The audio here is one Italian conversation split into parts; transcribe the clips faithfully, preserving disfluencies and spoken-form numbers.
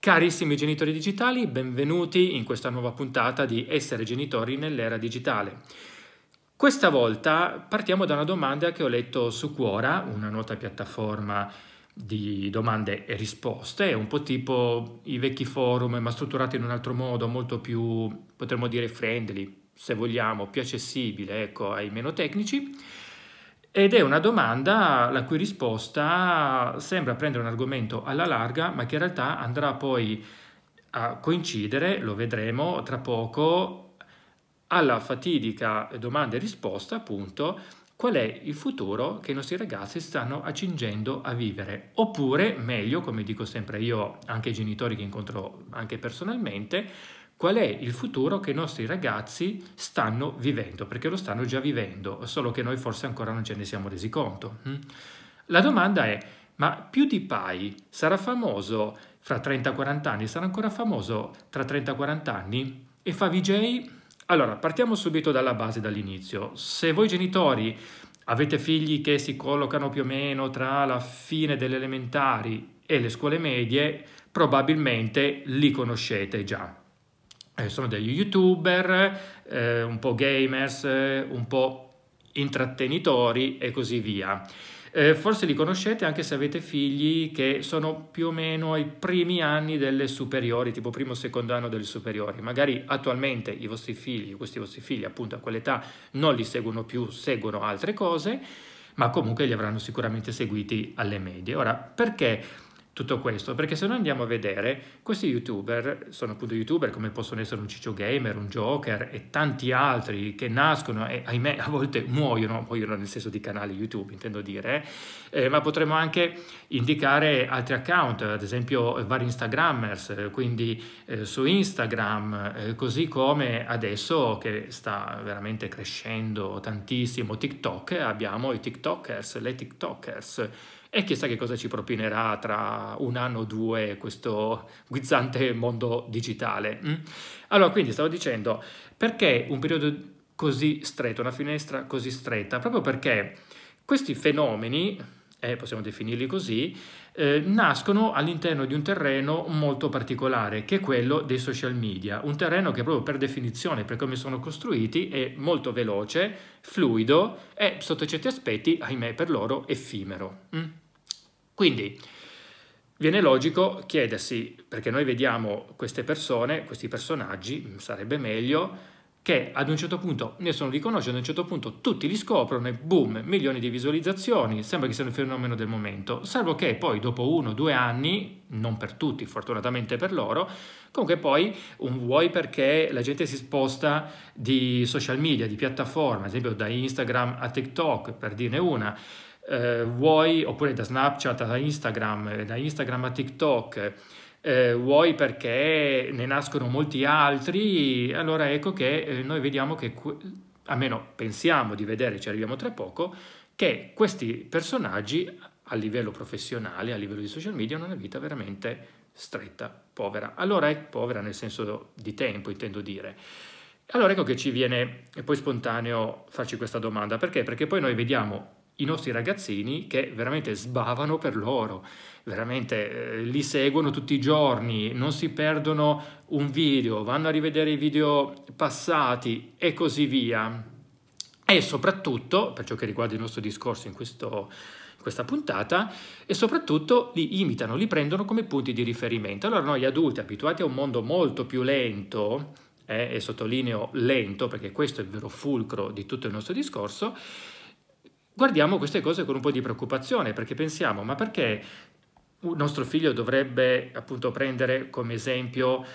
Carissimi genitori digitali, benvenuti in questa nuova puntata di Essere genitori nell'era digitale. Questa volta partiamo da una domanda che ho letto su Quora, una nota piattaforma di domande e risposte, un po' tipo i vecchi forum, ma strutturato in un altro modo, molto più, potremmo dire, friendly, se vogliamo, più accessibile, ecco, ai meno tecnici. Ed è una domanda la cui risposta sembra prendere un argomento alla larga, ma che in realtà andrà poi a coincidere, lo vedremo tra poco, alla fatidica domanda e risposta, appunto, qual è il futuro che i nostri ragazzi stanno accingendo a vivere. Oppure, meglio, come dico sempre io, anche ai genitori che incontro anche personalmente, qual è il futuro che i nostri ragazzi stanno vivendo, perché lo stanno già vivendo, solo che noi forse ancora non ce ne siamo resi conto. La domanda è, ma PewDiePie sarà famoso fra trenta quaranta anni? Sarà ancora famoso tra trenta quaranta anni? E fa V J? Allora, partiamo subito dalla base, dall'inizio. Se voi genitori avete figli che si collocano più o meno tra la fine delle elementari e le scuole medie, probabilmente li conoscete già. Eh, sono degli youtuber, eh, un po' gamers, eh, un po' intrattenitori e così via. Eh, forse li conoscete anche se avete figli che sono più o meno ai primi anni delle superiori, tipo primo o secondo anno delle superiori. Magari attualmente i vostri figli, questi vostri figli appunto a quell'età non li seguono più, seguono altre cose, ma comunque li avranno sicuramente seguiti alle medie. Ora, perché tutto questo? Perché se noi andiamo a vedere, questi youtuber sono appunto youtuber come possono essere un Ciccio Gamer, un Joker e tanti altri che nascono e ahimè a volte muoiono, muoiono nel senso di canali YouTube intendo dire, eh, ma potremmo anche indicare altri account, ad esempio vari Instagrammers, quindi eh, su Instagram, eh, così come adesso che sta veramente crescendo tantissimo TikTok, abbiamo i TikTokers, le TikTokers. E chissà che cosa ci propinerà tra un anno o due questo guizzante mondo digitale. Allora, quindi stavo dicendo, perché un periodo così stretto, una finestra così stretta? Proprio perché questi fenomeni, eh, possiamo definirli così, eh, nascono all'interno di un terreno molto particolare, che è quello dei social media. Un terreno che proprio per definizione, per come sono costruiti, è molto veloce, fluido e sotto certi aspetti, ahimè per loro, effimero. Mm? Quindi viene logico chiedersi, perché noi vediamo queste persone, questi personaggi, sarebbe meglio, che ad un certo punto nessuno li conosce, ad un certo punto tutti li scoprono e boom, milioni di visualizzazioni, sembra che sia un fenomeno del momento, salvo che poi dopo uno o due anni, non per tutti, fortunatamente per loro, comunque poi un vuoi perché la gente si sposta di social media, di piattaforma, ad esempio da Instagram a TikTok, per dirne una, eh, vuoi, oppure da Snapchat a Instagram, da Instagram a TikTok, Eh, vuoi perché ne nascono molti altri, allora ecco che eh, noi vediamo che, almeno pensiamo di vedere, ci arriviamo tra poco, che questi personaggi a livello professionale, a livello di social media, hanno una vita veramente stretta, povera. Allora è povera nel senso di tempo, intendo dire. Allora ecco che ci viene poi spontaneo farci questa domanda, perché? Perché poi noi vediamo i nostri ragazzini che veramente sbavano per loro, veramente eh, li seguono tutti i giorni, non si perdono un video, vanno a rivedere i video passati e così via. E soprattutto, per ciò che riguarda il nostro discorso in, questo, in questa puntata, e soprattutto li imitano, li prendono come punti di riferimento. Allora noi adulti, abituati a un mondo molto più lento, eh, e sottolineo lento perché questo è il vero fulcro di tutto il nostro discorso, guardiamo queste cose con un po' di preoccupazione, perché pensiamo, ma perché un nostro figlio dovrebbe appunto prendere come esempio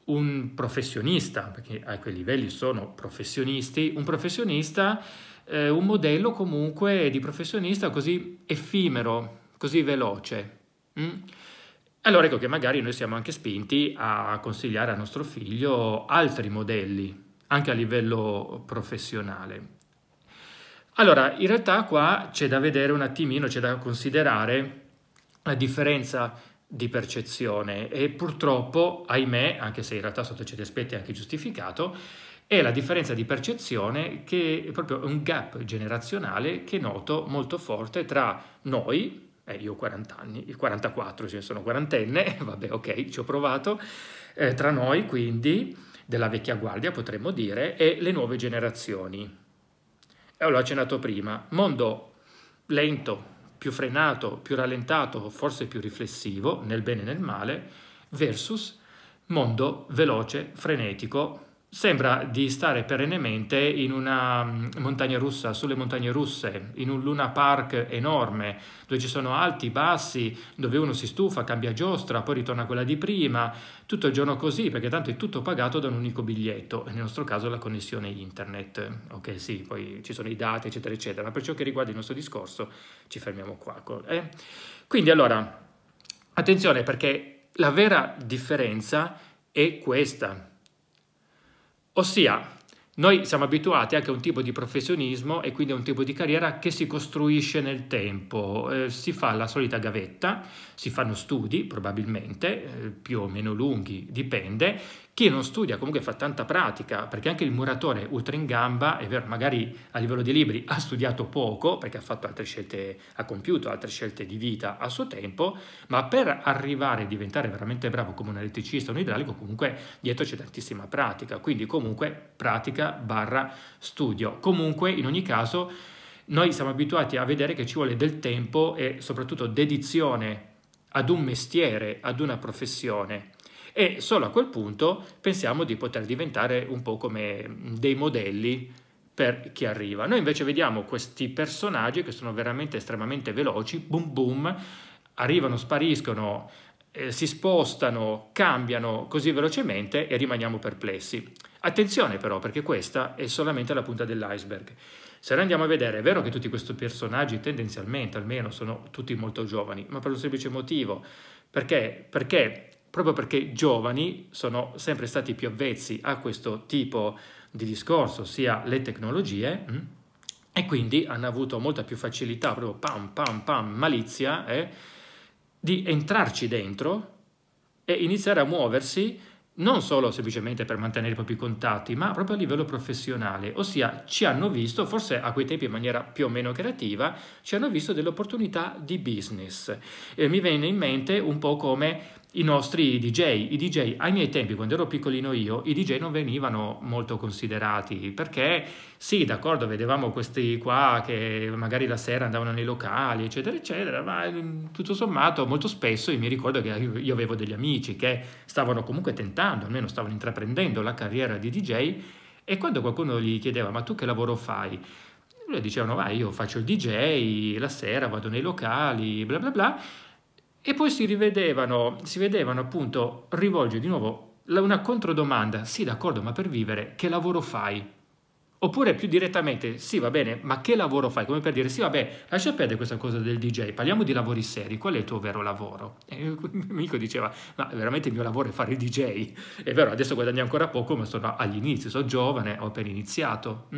un professionista, perché a quei livelli sono professionisti, un professionista, eh, un modello comunque di professionista così effimero, così veloce. Mm? Allora ecco che magari noi siamo anche spinti a consigliare a nostro figlio altri modelli, anche a livello professionale. Allora, in realtà qua c'è da vedere un attimino, c'è da considerare la differenza di percezione e purtroppo, ahimè, anche se in realtà sotto certi aspetti è anche giustificato, è la differenza di percezione che è proprio un gap generazionale che noto molto forte tra noi, eh, io ho quaranta anni, il quarantaquattro, cioè sono quarantenne, vabbè, ok, ci ho provato, eh, tra noi quindi, della vecchia guardia potremmo dire, e le nuove generazioni. E l'ho accennato prima, mondo lento, più frenato, più rallentato, forse più riflessivo, nel bene e nel male, versus mondo veloce, frenetico. Sembra di stare perennemente in una mm, montagna russa, sulle montagne russe, in un Luna Park enorme, dove ci sono alti, bassi, dove uno si stufa, cambia giostra, poi ritorna a quella di prima, tutto il giorno così, perché tanto è tutto pagato da un unico biglietto, e nel nostro caso la connessione internet. Ok, sì, poi ci sono i dati, eccetera, eccetera, ma per ciò che riguarda il nostro discorso ci fermiamo qua. Eh? Quindi allora, attenzione, perché la vera differenza è questa. Ossia, noi siamo abituati anche a un tipo di professionismo e quindi a un tipo di carriera che si costruisce nel tempo. Eh, si fa la solita gavetta, si fanno studi probabilmente, eh, più o meno lunghi, dipende. Chi non studia comunque fa tanta pratica, perché anche il muratore ultra in gamba, è vero, magari a livello di libri ha studiato poco, perché ha fatto altre scelte, ha compiuto altre scelte di vita a suo tempo, ma per arrivare a diventare veramente bravo come un elettricista o un idraulico, comunque dietro c'è tantissima pratica, quindi comunque pratica barra studio. Comunque, in ogni caso, noi siamo abituati a vedere che ci vuole del tempo e soprattutto dedizione ad un mestiere, ad una professione. E solo a quel punto pensiamo di poter diventare un po' come dei modelli per chi arriva. Noi invece vediamo questi personaggi che sono veramente estremamente veloci, boom boom, arrivano, spariscono, eh, si spostano, cambiano così velocemente e rimaniamo perplessi. Attenzione però, perché questa è solamente la punta dell'iceberg. Se noi andiamo a vedere, è vero che tutti questi personaggi tendenzialmente almeno sono tutti molto giovani, ma per un semplice motivo. Perché? Perché proprio perché giovani sono sempre stati più avvezzi a questo tipo di discorso, ossia le tecnologie, mh? E quindi hanno avuto molta più facilità, proprio pam pam pam, malizia, eh, di entrarci dentro e iniziare a muoversi non solo semplicemente per mantenere i propri contatti, ma proprio a livello professionale, ossia ci hanno visto, forse a quei tempi in maniera più o meno creativa, ci hanno visto delle opportunità di business. E mi viene in mente un po' come i nostri D J. I D J ai miei tempi, quando ero piccolino io, i D J non venivano molto considerati, perché sì, d'accordo, vedevamo questi qua che magari la sera andavano nei locali, eccetera, eccetera, ma tutto sommato molto spesso io mi ricordo che io avevo degli amici che stavano comunque tentando, almeno stavano intraprendendo la carriera di D J, e quando qualcuno gli chiedeva ma tu che lavoro fai? Lui dicevano vai, io faccio il D J, la sera vado nei locali, bla bla bla, e poi si rivedevano, si vedevano appunto rivolgere di nuovo una controdomanda, sì d'accordo, ma per vivere che lavoro fai? Oppure più direttamente, sì va bene, ma che lavoro fai? Come per dire, sì vabbè, lascia perdere questa cosa del D J, parliamo di lavori seri, qual è il tuo vero lavoro? E il mio amico diceva, ma veramente il mio lavoro è fare il D J. È vero, adesso guadagno ancora poco, ma sono agli inizi, sono giovane, ho appena iniziato.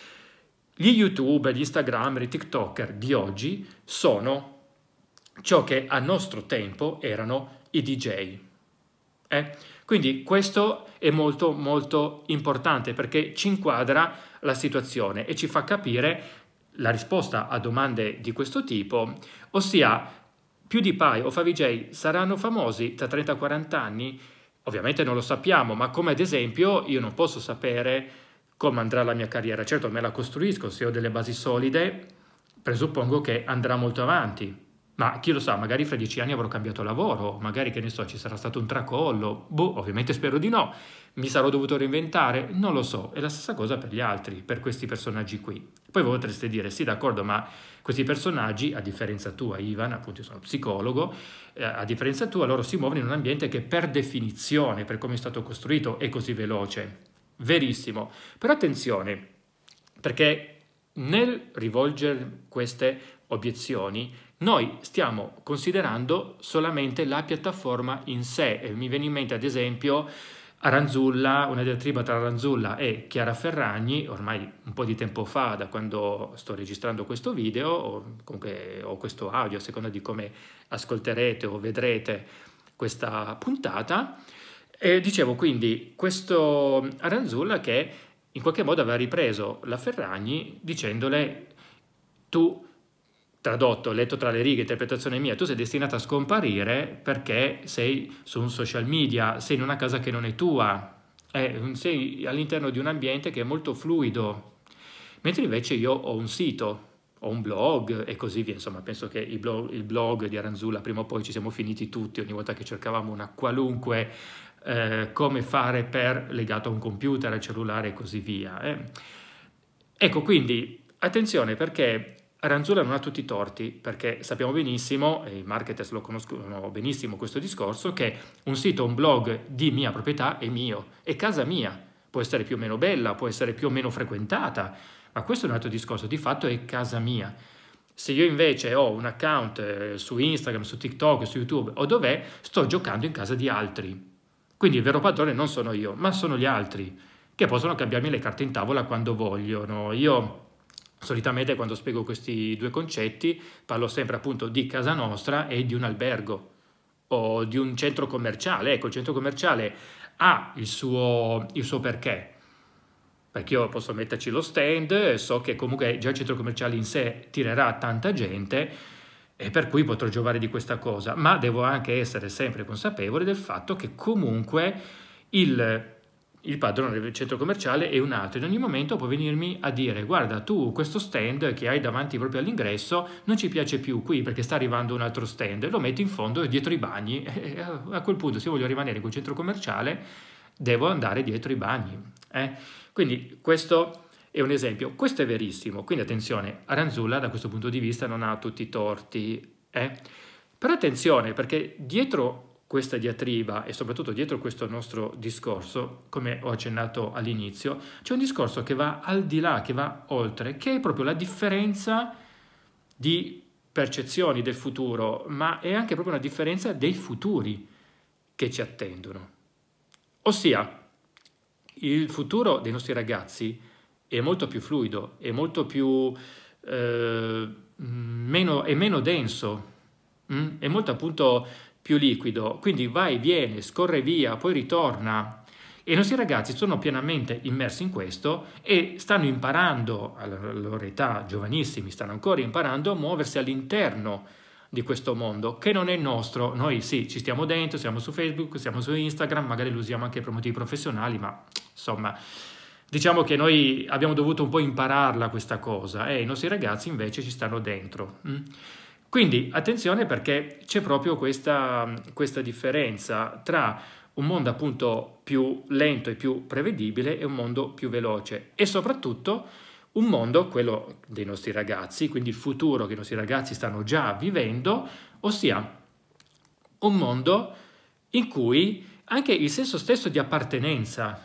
Gli YouTuber, gli Instagrammer, i TikToker di oggi sono ciò che a nostro tempo erano i D J. Eh? Quindi questo è molto molto importante perché ci inquadra la situazione e ci fa capire la risposta a domande di questo tipo, ossia PewDiePie o Favij saranno famosi tra trenta quaranta anni? Ovviamente non lo sappiamo, ma come ad esempio io non posso sapere come andrà la mia carriera. Certo, me la costruisco, se ho delle basi solide, presuppongo che andrà molto avanti. Ma chi lo sa, magari fra dieci anni avrò cambiato lavoro, magari che ne so, ci sarà stato un tracollo, boh, ovviamente spero di no, mi sarò dovuto reinventare, non lo so, è la stessa cosa per gli altri, per questi personaggi qui. Poi voi potreste dire, sì d'accordo, ma questi personaggi, a differenza tua Ivan, appunto io sono psicologo, eh, a differenza tua loro si muovono in un ambiente che per definizione, per come è stato costruito, è così veloce. Verissimo, però attenzione, perché nel rivolgere queste obiezioni noi stiamo considerando solamente la piattaforma in sé, e mi viene in mente ad esempio Aranzulla, una diatriba tra Aranzulla e Chiara Ferragni, ormai un po' di tempo fa, da quando sto registrando questo video, o comunque o questo audio, a seconda di come ascolterete o vedrete questa puntata. E dicevo quindi questo Aranzulla che in qualche modo aveva ripreso la Ferragni dicendole tu tradotto, letto tra le righe, interpretazione mia, tu sei destinata a scomparire perché sei su un social media, sei in una casa che non è tua, eh, sei all'interno di un ambiente che è molto fluido, mentre invece io ho un sito, ho un blog e così via, insomma penso che il blog, il blog di Aranzulla prima o poi ci siamo finiti tutti ogni volta che cercavamo una qualunque eh, come fare per legato a un computer, al cellulare e così via. Eh. Ecco, quindi attenzione perché Aranzulla non ha tutti i torti, perché sappiamo benissimo, e i marketers lo conoscono benissimo questo discorso, che un sito, un blog di mia proprietà è mio, è casa mia, può essere più o meno bella, può essere più o meno frequentata, ma questo è un altro discorso, di fatto è casa mia. Se io invece ho un account eh, su Instagram, su TikTok, su YouTube o dov'è, sto giocando in casa di altri. Quindi il vero padrone non sono io, ma sono gli altri, che possono cambiarmi le carte in tavola quando vogliono. Io solitamente quando spiego questi due concetti parlo sempre appunto di casa nostra e di un albergo o di un centro commerciale. Ecco, il centro commerciale ha il suo, il suo perché, perché io posso metterci lo stand, so che comunque già il centro commerciale in sé tirerà tanta gente e per cui potrò giovare di questa cosa, ma devo anche essere sempre consapevole del fatto che comunque il, il padrone del centro commerciale è un altro. In ogni momento può venirmi a dire: guarda, tu questo stand che hai davanti proprio all'ingresso non ci piace più qui perché sta arrivando un altro stand, lo metto in fondo dietro i bagni e a quel punto, se voglio rimanere in quel centro commerciale, devo andare dietro i bagni. Eh? Quindi questo è un esempio, questo è verissimo, quindi attenzione, Aranzulla da questo punto di vista non ha tutti i torti, eh? Però attenzione perché dietro questa diatriba e soprattutto dietro questo nostro discorso, come ho accennato all'inizio, c'è un discorso che va al di là, che va oltre, che è proprio la differenza di percezioni del futuro, ma è anche proprio una differenza dei futuri che ci attendono. Ossia, il futuro dei nostri ragazzi è molto più fluido, è molto più eh, meno, è meno denso, mh? È molto appunto più liquido, quindi vai, viene, scorre via, poi ritorna. E i nostri ragazzi sono pienamente immersi in questo e stanno imparando, alla loro età, giovanissimi, stanno ancora imparando a muoversi all'interno di questo mondo che non è il nostro. Noi sì, ci stiamo dentro, siamo su Facebook, siamo su Instagram, magari lo usiamo anche per motivi professionali, ma insomma diciamo che noi abbiamo dovuto un po' impararla questa cosa e i nostri ragazzi invece ci stanno dentro. Quindi attenzione perché c'è proprio questa, questa differenza tra un mondo appunto più lento e più prevedibile e un mondo più veloce e soprattutto un mondo, quello dei nostri ragazzi, quindi il futuro che i nostri ragazzi stanno già vivendo, ossia un mondo in cui anche il senso stesso di appartenenza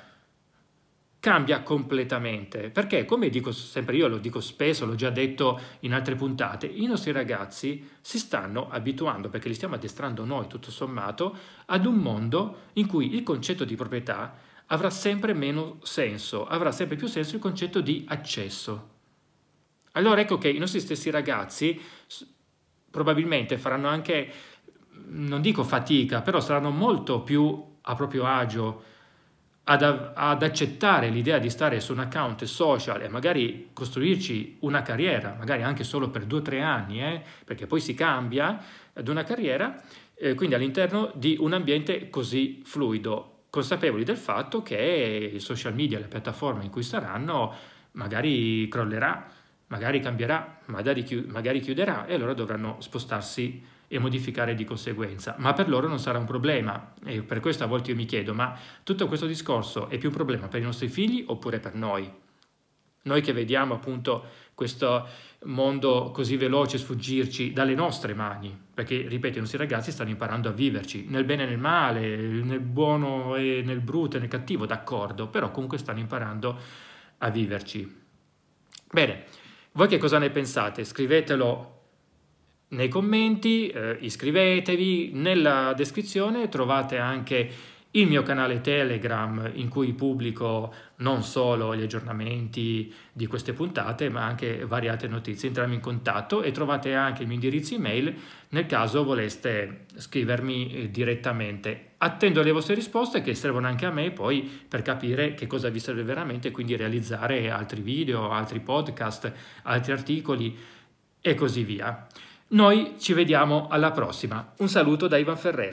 cambia completamente, perché come dico sempre io, lo dico spesso, l'ho già detto in altre puntate, i nostri ragazzi si stanno abituando, perché li stiamo addestrando noi tutto sommato, ad un mondo in cui il concetto di proprietà avrà sempre meno senso, avrà sempre più senso il concetto di accesso. Allora ecco che i nostri stessi ragazzi probabilmente faranno anche, non dico fatica, però saranno molto più a proprio agio Ad, ad accettare l'idea di stare su un account social e magari costruirci una carriera, magari anche solo per due o tre anni, eh, perché poi si cambia ad una carriera, eh, quindi all'interno di un ambiente così fluido, consapevoli del fatto che il social media, la piattaforma in cui saranno, magari crollerà, magari cambierà, magari, chi- magari chiuderà e allora dovranno spostarsi e modificare di conseguenza, ma per loro non sarà un problema e per questo a volte io mi chiedo, ma tutto questo discorso è più un problema per i nostri figli oppure per noi? Noi che vediamo appunto questo mondo così veloce sfuggirci dalle nostre mani, perché ripeto i nostri ragazzi stanno imparando a viverci nel bene e nel male, nel buono e nel brutto e nel cattivo, d'accordo, però comunque stanno imparando a viverci. Bene, voi che cosa ne pensate? Scrivetelo nei commenti, eh, iscrivetevi, nella descrizione trovate anche il mio canale Telegram in cui pubblico non solo gli aggiornamenti di queste puntate ma anche varie altre notizie, entriamo in contatto e trovate anche il mio indirizzo email nel caso voleste scrivermi eh, direttamente. Attendo le vostre risposte che servono anche a me poi per capire che cosa vi serve veramente, quindi realizzare altri video, altri podcast, altri articoli e così via. Noi ci vediamo alla prossima. Un saluto da Ivan Ferrero.